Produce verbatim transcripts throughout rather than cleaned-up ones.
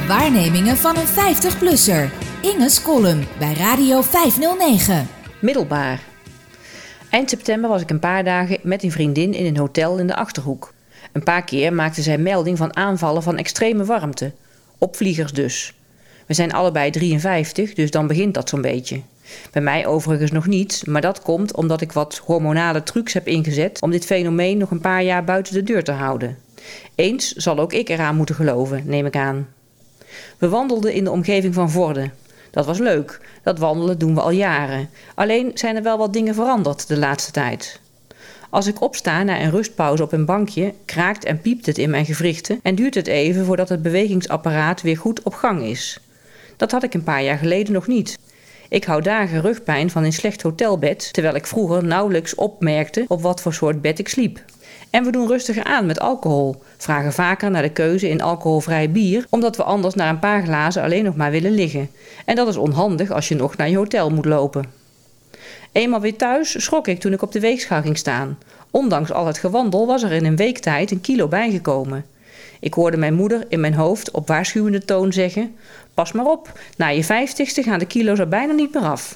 Waarnemingen van een vijftig-plusser. Inge's column bij Radio vijfhonderdnegen. Middelbaar. Eind september was ik een paar dagen met een vriendin in een hotel in de Achterhoek. Een paar keer maakte zij melding van aanvallen van extreme warmte. Opvliegers dus. We zijn allebei drieënvijftig, dus dan begint dat zo'n beetje. Bij mij overigens nog niet, maar dat komt omdat ik wat hormonale trucs heb ingezet om dit fenomeen nog een paar jaar buiten de deur te houden. Eens zal ook ik eraan moeten geloven, neem ik aan. We wandelden in de omgeving van Vorden. Dat was leuk, dat wandelen doen we al jaren. Alleen zijn er wel wat dingen veranderd de laatste tijd. Als ik opsta na een rustpauze op een bankje, kraakt en piept het in mijn gewrichten en duurt het even voordat het bewegingsapparaat weer goed op gang is. Dat had ik een paar jaar geleden nog niet. Ik hou dagen rugpijn van een slecht hotelbed, terwijl ik vroeger nauwelijks opmerkte op wat voor soort bed ik sliep. En we doen rustiger aan met alcohol, vragen vaker naar de keuze in alcoholvrij bier, omdat we anders na een paar glazen alleen nog maar willen liggen. En dat is onhandig als je nog naar je hotel moet lopen. Eenmaal weer thuis schrok ik toen ik op de weegschaal ging staan. Ondanks al het gewandel was er in een week tijd een kilo bijgekomen. Ik hoorde mijn moeder in mijn hoofd op waarschuwende toon zeggen: pas maar op, na je vijftigste gaan de kilo's er bijna niet meer af.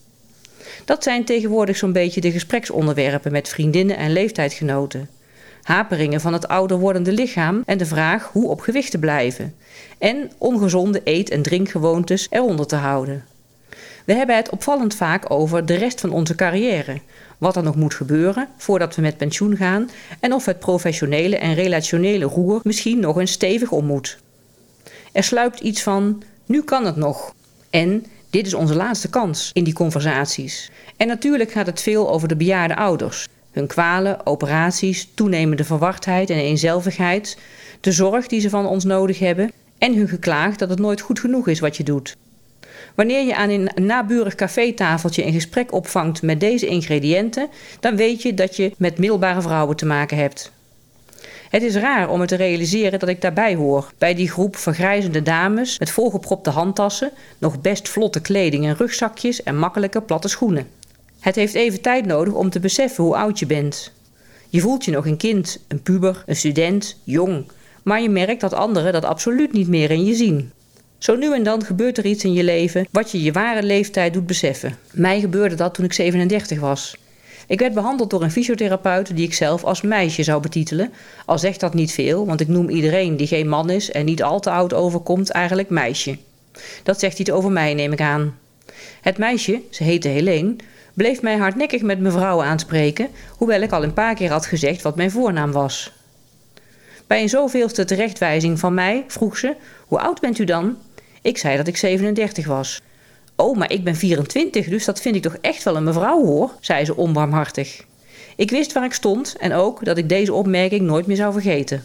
Dat zijn tegenwoordig zo'n beetje de gespreksonderwerpen met vriendinnen en leeftijdsgenoten. Haperingen van het ouder wordende lichaam en de vraag hoe op gewicht te blijven. En ongezonde eet- en drinkgewoontes eronder te houden. We hebben het opvallend vaak over de rest van onze carrière. Wat er nog moet gebeuren voordat we met pensioen gaan en of het professionele en relationele roer misschien nog eens stevig om moet. Er sluipt iets van: nu kan het nog. En dit is onze laatste kans in die conversaties. En natuurlijk gaat het veel over de bejaarde ouders. Hun kwalen, operaties, toenemende verwardheid en eenzelvigheid, de zorg die ze van ons nodig hebben en hun geklaag dat het nooit goed genoeg is wat je doet. Wanneer je aan een naburig cafétafeltje een gesprek opvangt met deze ingrediënten, dan weet je dat je met middelbare vrouwen te maken hebt. Het is raar om me te realiseren dat ik daarbij hoor, bij die groep vergrijzende dames met volgepropte handtassen, nog best vlotte kleding en rugzakjes en makkelijke platte schoenen. Het heeft even tijd nodig om te beseffen hoe oud je bent. Je voelt je nog een kind, een puber, een student, jong, maar je merkt dat anderen dat absoluut niet meer in je zien. Zo nu en dan gebeurt er iets in je leven wat je je ware leeftijd doet beseffen. Mij gebeurde dat toen ik zevenendertig was. Ik werd behandeld door een fysiotherapeut die ik zelf als meisje zou betitelen. Al zegt dat niet veel, want ik noem iedereen die geen man is en niet al te oud overkomt eigenlijk meisje. Dat zegt iets over mij, neem ik aan. Het meisje, ze heette Helene, bleef mij hardnekkig met mevrouw aanspreken, hoewel ik al een paar keer had gezegd wat mijn voornaam was. Bij een zoveelste terechtwijzing van mij vroeg ze: hoe oud bent u dan? Ik zei dat ik zevenendertig was. Oh, maar ik ben vierentwintig, dus dat vind ik toch echt wel een mevrouw hoor, zei ze onbarmhartig. Ik wist waar ik stond en ook dat ik deze opmerking nooit meer zou vergeten.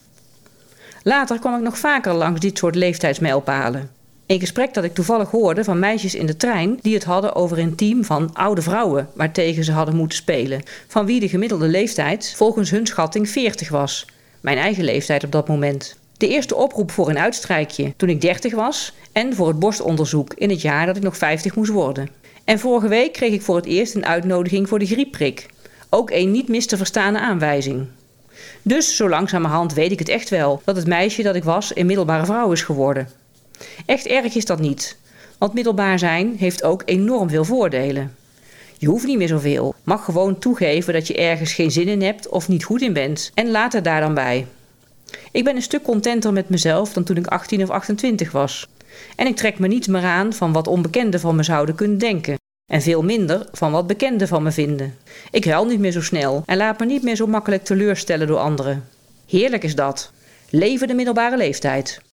Later kwam ik nog vaker langs dit soort leeftijdsmijlpalen. Een gesprek dat ik toevallig hoorde van meisjes in de trein die het hadden over een team van oude vrouwen waartegen ze hadden moeten spelen, van wie de gemiddelde leeftijd volgens hun schatting veertig was. Mijn eigen leeftijd op dat moment. De eerste oproep voor een uitstrijkje toen ik dertig was en voor het borstonderzoek in het jaar dat ik nog vijftig moest worden. En vorige week kreeg ik voor het eerst een uitnodiging voor de griepprik. Ook een niet mis te verstaande aanwijzing. Dus zo langzamerhand weet ik het echt wel, dat het meisje dat ik was een middelbare vrouw is geworden. Echt erg is dat niet, want middelbaar zijn heeft ook enorm veel voordelen. Je hoeft niet meer zoveel, mag gewoon toegeven dat je ergens geen zin in hebt of niet goed in bent en laat het daar dan bij. Ik ben een stuk contenter met mezelf dan toen ik achttien of achtentwintig was. En ik trek me niets meer aan van wat onbekenden van me zouden kunnen denken. En veel minder van wat bekenden van me vinden. Ik huil niet meer zo snel en laat me niet meer zo makkelijk teleurstellen door anderen. Heerlijk is dat. Leven de middelbare leeftijd.